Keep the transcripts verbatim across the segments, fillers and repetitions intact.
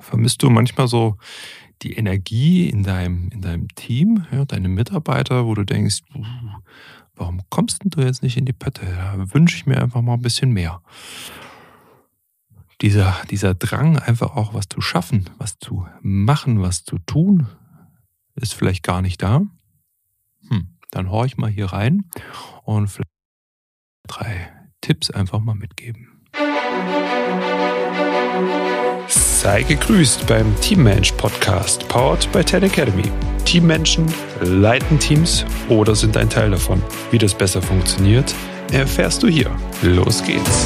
Vermisst du manchmal so die Energie in deinem in deinem Team, ja, deine Mitarbeiter, wo du denkst: „Uh, warum kommst 'n du jetzt nicht in die Pötte? Da wünsche ich mir einfach mal ein bisschen mehr.“ Dieser dieser Drang, einfach auch was zu schaffen, was zu machen, was zu tun, ist vielleicht gar nicht da? Hm, dann horch mal hier rein und vielleicht drei Tipps einfach mal mitgeben. Sei gegrüßt beim Teammensch Podcast, powered by Ten Academy. Teammenschen leiten Teams oder sind ein Teil davon. Wie das besser funktioniert, erfährst du hier. Los geht's.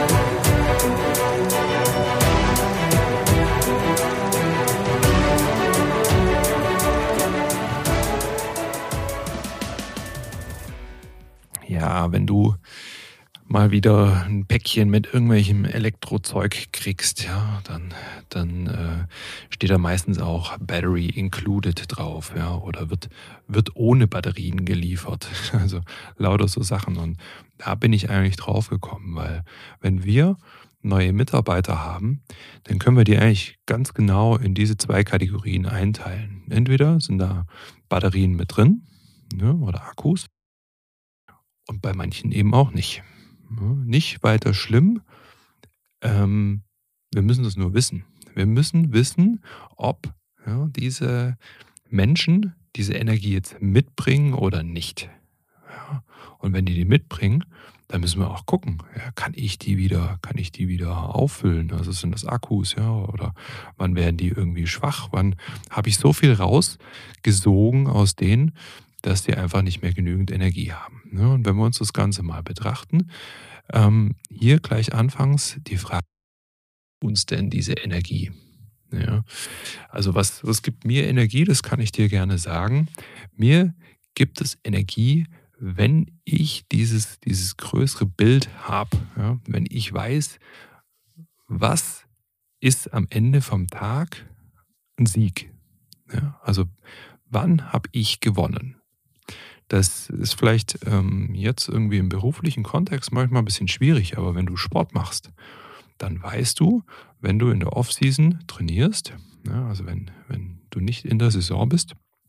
Ja, wenn du mal wieder ein Päckchen mit irgendwelchem Elektrozeug kriegst, ja, dann dann, äh, steht da meistens auch Battery included drauf, ja, oder wird wird ohne Batterien geliefert. Also, lauter so Sachen. Und da bin ich eigentlich drauf gekommen, weil wenn wir neue Mitarbeiter haben, dann können wir die eigentlich ganz genau in diese zwei Kategorien einteilen. Entweder sind da Batterien mit drin, ne, oder Akkus, und bei manchen eben auch nicht. Ne, nicht weiter schlimm. Ähm, Wir müssen das nur wissen. Wir müssen wissen, ob, ja, diese Menschen diese Energie jetzt mitbringen oder nicht. Ja, und wenn die die mitbringen, dann müssen wir auch gucken, ja, kann ich die wieder kann ich die wieder auffüllen? Also, sind das Akkus, ja, oder wann werden die irgendwie schwach? Wann habe ich so viel rausgesogen aus denen, dass die einfach nicht mehr genügend Energie haben, ne? Und wenn wir uns das Ganze mal betrachten, ähm, hier gleich anfangs die Frage: „Uns denn diese Energie?“ Ja, also was was gibt mir Energie? Das kann ich dir gerne sagen. Mir gibt es Energie, wenn ich dieses dieses größere Bild habe, ja? Wenn ich weiß, was ist am Ende vom Tag ein Sieg, ja? Also, wann habe ich gewonnen? Das ist vielleicht, ähm, jetzt irgendwie im beruflichen Kontext manchmal ein bisschen schwierig, aber wenn du Sport machst, dann weißt du, wenn du in der Offseason trainierst, ja, also wenn wenn du nicht in der Saison bist,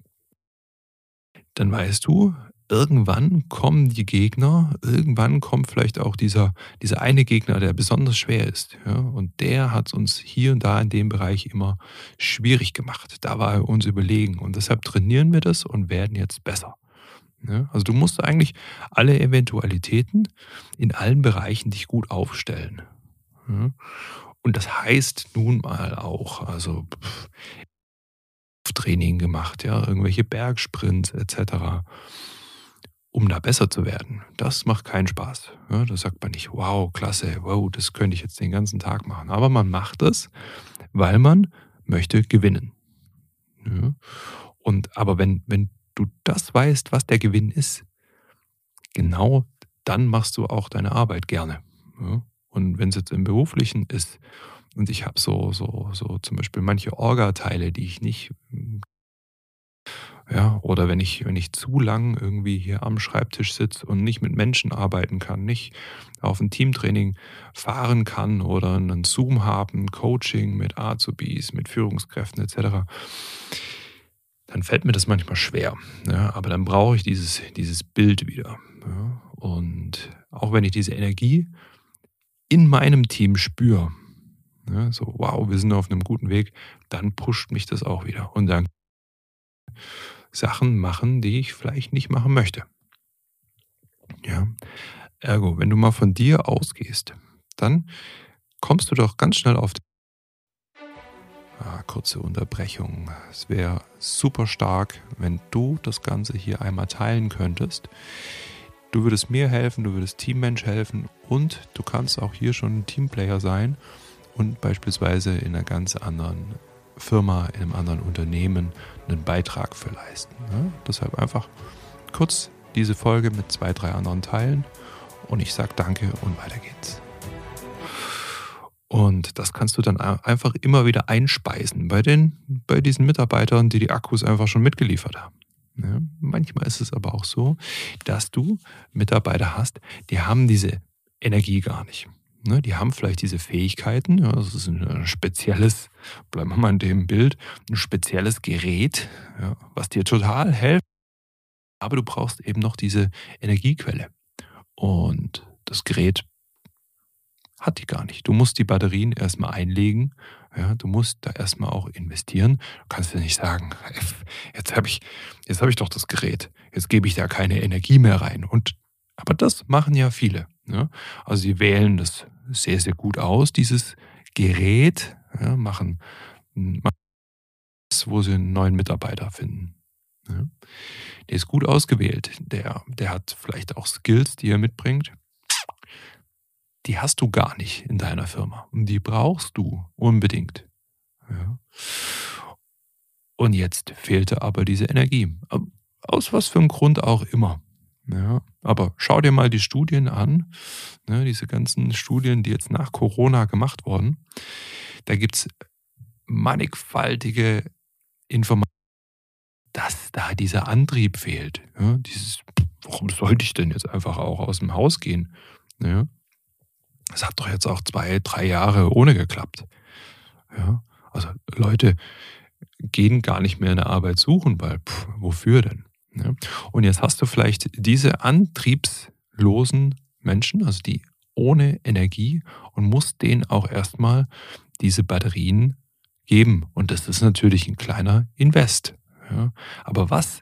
dann weißt du, irgendwann kommen die Gegner, irgendwann kommt vielleicht auch dieser dieser eine Gegner, der besonders schwer ist, ja, und der hat uns hier und da in dem Bereich immer schwierig gemacht. Da war er uns überlegen und deshalb trainieren wir das und werden jetzt besser, ne? Also, du musst eigentlich alle Eventualitäten in allen Bereichen dich gut aufstellen, ja? Und das heißt nun mal auch, also, pf, Training gemacht, ja, irgendwelche Bergsprints et cetera, um da besser zu werden. Das macht keinen Spaß. Ja, da sagt man nicht: „Wow, klasse, wow, das könnte ich jetzt den ganzen Tag machen.“ Aber man macht es, weil man möchte gewinnen. Ja. Und aber wenn wenn du das weißt, was der Gewinn ist, genau dann machst du auch deine Arbeit gerne. Ja. Und wenn es jetzt im Beruflichen ist und ich habe so so so zum Beispiel manche Orga-Teile, die ich nicht, hm, ja, oder wenn ich wenn ich zu lang irgendwie hier am Schreibtisch sitze und nicht mit Menschen arbeiten kann, nicht auf ein Teamtraining fahren kann oder einen Zoom habe, 'n Coaching mit Azubis, mit Führungskräften et cetera, dann fällt mir das manchmal schwer, ja, aber dann brauche ich dieses dieses Bild wieder, ja? Und auch wenn ich diese Energie in meinem Team spüre, ne, so: „Wow, wir sind auf einem guten Weg“, dann pusht mich das auch wieder und dann Sachen machen, die ich vielleicht nicht machen möchte, ja? Ergo, wenn du mal von dir ausgehst, dann kommst du doch ganz schnell auf ah, kurze Unterbrechung. Es wäre super stark, wenn du das Ganze hier einmal teilen könntest. Du würdest mir helfen, du würdest Teammensch helfen und du kannst auch hier schon ein Teamplayer sein und beispielsweise in einer ganz anderen Firma, in einem anderen Unternehmen einen Beitrag für leisten, ne? Deshalb einfach kurz diese Folge mit zwei, drei anderen teilen und ich sage danke und weiter geht's. Und das kannst du dann a einfach immer wieder einspeisen bei den bei diesen Mitarbeitern, die die Akkus einfach schon mitgeliefert haben, ne? Manchmal ist es aber auch so, dass du Mitarbeiter hast, die haben diese Energie gar nicht, ne, die haben vielleicht diese Fähigkeiten, ja, das ist ein spezielles, bleiben wir mal in dem Bild, ein spezielles Gerät, ja, was dir total hilft, aber du brauchst eben noch diese Energiequelle. Und das Gerät hat die gar nicht. Du musst die Batterien erstmal einlegen, ja, du musst da erstmal auch investieren. Du kannst ja nicht sagen, jetzt habe ich, jetzt habe ich doch das Gerät, jetzt gebe ich da keine Energie mehr rein. Und, aber das machen ja viele. Ja. Also sie wählen das sehr, sehr gut aus, dieses Gerät, ja, machen, machen das, wo sie einen neuen Mitarbeiter finden. Ja. Der ist gut ausgewählt, der, der hat vielleicht auch Skills, die er mitbringt. Die hast du gar nicht in deiner Firma. Und die brauchst du unbedingt. Ja. Und jetzt fehlte aber diese Energie. Aus was für einem Grund auch immer. Ja. Aber schau dir mal die Studien an, ne, diese ganzen Studien, die jetzt nach Corona gemacht wurden. Da gibt es mannigfaltige Informationen, dass da dieser Antrieb fehlt. Ja. Dieses, warum sollte ich denn jetzt einfach auch aus dem Haus gehen? Ja. Es hat doch jetzt auch zwei, drei Jahre ohne geklappt. Ja, also Leute gehen gar nicht mehr eine Arbeit suchen, weil pff, wofür denn? Ja. Und jetzt hast du vielleicht diese antriebslosen Menschen, also die ohne Energie, und musst denen auch erstmal diese Batterien geben. Und das ist natürlich ein kleiner Invest. Ja. Aber was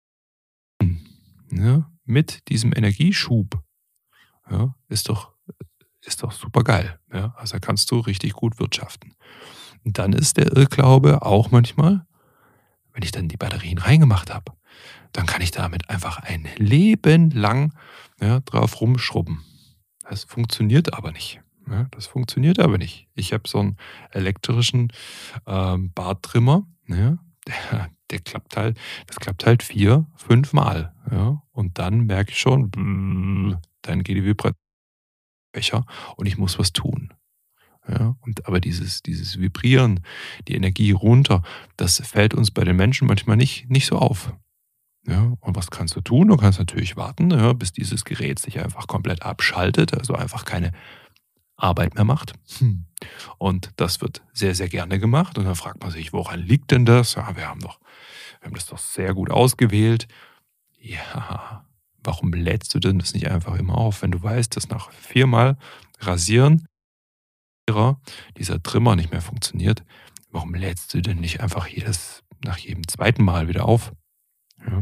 ja, mit diesem Energieschub ja, ist doch ist doch super geil. Ja? Also da kannst du richtig gut wirtschaften. Und dann ist der Irrglaube auch manchmal, wenn ich dann die Batterien reingemacht habe, dann kann ich damit einfach ein Leben lang ja, drauf rumschrubben. Das funktioniert aber nicht. Ja? Das funktioniert aber nicht. Ich habe so einen elektrischen ähm, Barttrimmer, ja? der, der klappt halt, das klappt halt vier, fünf Mal. Ja? Und dann merke ich schon, brrr, dann geht die Vibration und ich muss was tun. Ja, und aber dieses, dieses Vibrieren, die Energie runter, das fällt uns bei den Menschen manchmal nicht, nicht so auf. Ja, und was kannst du tun? Du kannst natürlich warten, ja, bis dieses Gerät sich einfach komplett abschaltet, also einfach keine Arbeit mehr macht. Hm. Und das wird sehr, sehr gerne gemacht. Und dann fragt man sich, woran liegt denn das? Ja, wir haben doch, wir haben das doch sehr gut ausgewählt. Ja, warum lädst du denn das nicht einfach immer auf, wenn du weißt, dass nach viermal Rasieren dieser Trimmer nicht mehr funktioniert? Warum lädst du denn nicht einfach jedes, nach jedem zweiten Mal wieder auf? Ja.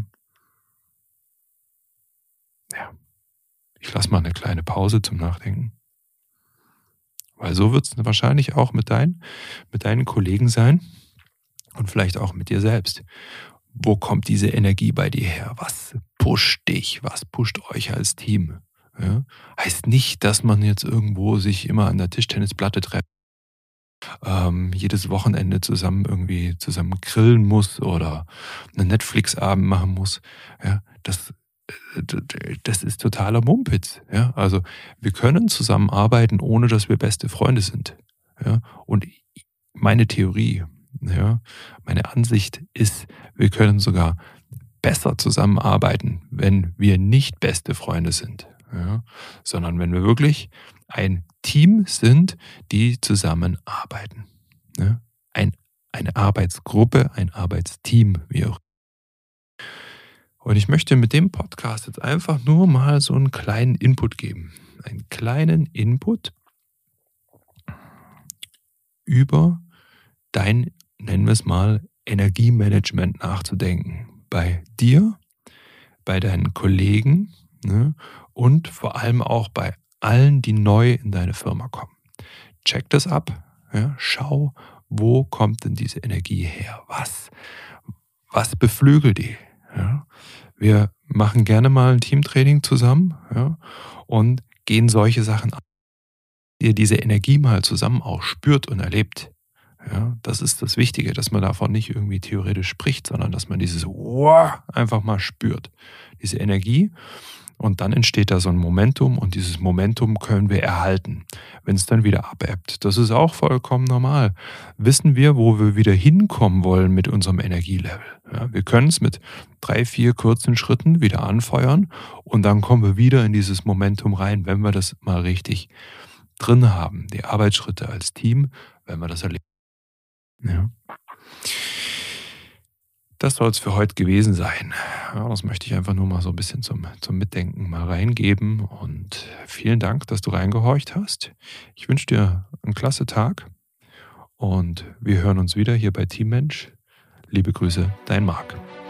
Ja. Ich lasse mal eine kleine Pause zum Nachdenken. Weil so wird es wahrscheinlich auch mit, dein, mit deinen Kollegen sein und vielleicht auch mit dir selbst. Wo kommt diese Energie bei dir her? Was pusht dich? Was pusht euch als Team? Ja? Heißt nicht, dass man jetzt irgendwo sich immer an der Tischtennisplatte trefft, ähm, jedes Wochenende zusammen irgendwie zusammen grillen muss oder einen Netflix-Abend machen muss. Ja? Das, das ist totaler Mumpitz. Ja? Also wir können zusammenarbeiten, ohne dass wir beste Freunde sind. Ja? Und meine Theorie, ja, meine Ansicht ist, wir können sogar besser zusammenarbeiten, wenn wir nicht beste Freunde sind, ja, sondern wenn wir wirklich ein Team sind, die zusammenarbeiten. Ja, ein, eine Arbeitsgruppe, ein Arbeitsteam, wie auch. Und ich möchte mit dem Podcast jetzt einfach nur mal so einen kleinen Input geben. Einen kleinen Input über dein, nennen wir es mal, Energiemanagement nachzudenken. Bei dir, bei deinen Kollegen, ne, und vor allem auch bei allen, die neu in deine Firma kommen. Check das ab. Ja, schau, wo kommt denn diese Energie her? Was, was beflügelt die? Ja, wir machen gerne mal ein Teamtraining zusammen, ja, und gehen solche Sachen an. Ihr diese Energie mal zusammen auch spürt und erlebt. Ja, das ist das Wichtige, dass man davon nicht irgendwie theoretisch spricht, sondern dass man dieses Wow einfach mal spürt. Diese Energie. Und dann entsteht da so ein Momentum und dieses Momentum können wir erhalten, wenn es dann wieder abebbt. Das ist auch vollkommen normal. Wissen wir, wo wir wieder hinkommen wollen mit unserem Energielevel. Ja, wir können es mit drei, vier kurzen Schritten wieder anfeuern und dann kommen wir wieder in dieses Momentum rein, wenn wir das mal richtig drin haben, die Arbeitsschritte als Team, wenn wir das erleben. Ja. Das soll es für heute gewesen sein. Ja, das möchte ich einfach nur mal so ein bisschen zum, zum Mitdenken mal reingeben. Und vielen Dank, dass du reingehorcht hast. Ich wünsche dir einen klasse Tag und wir hören uns wieder hier bei Teammensch. Liebe Grüße, dein Marc.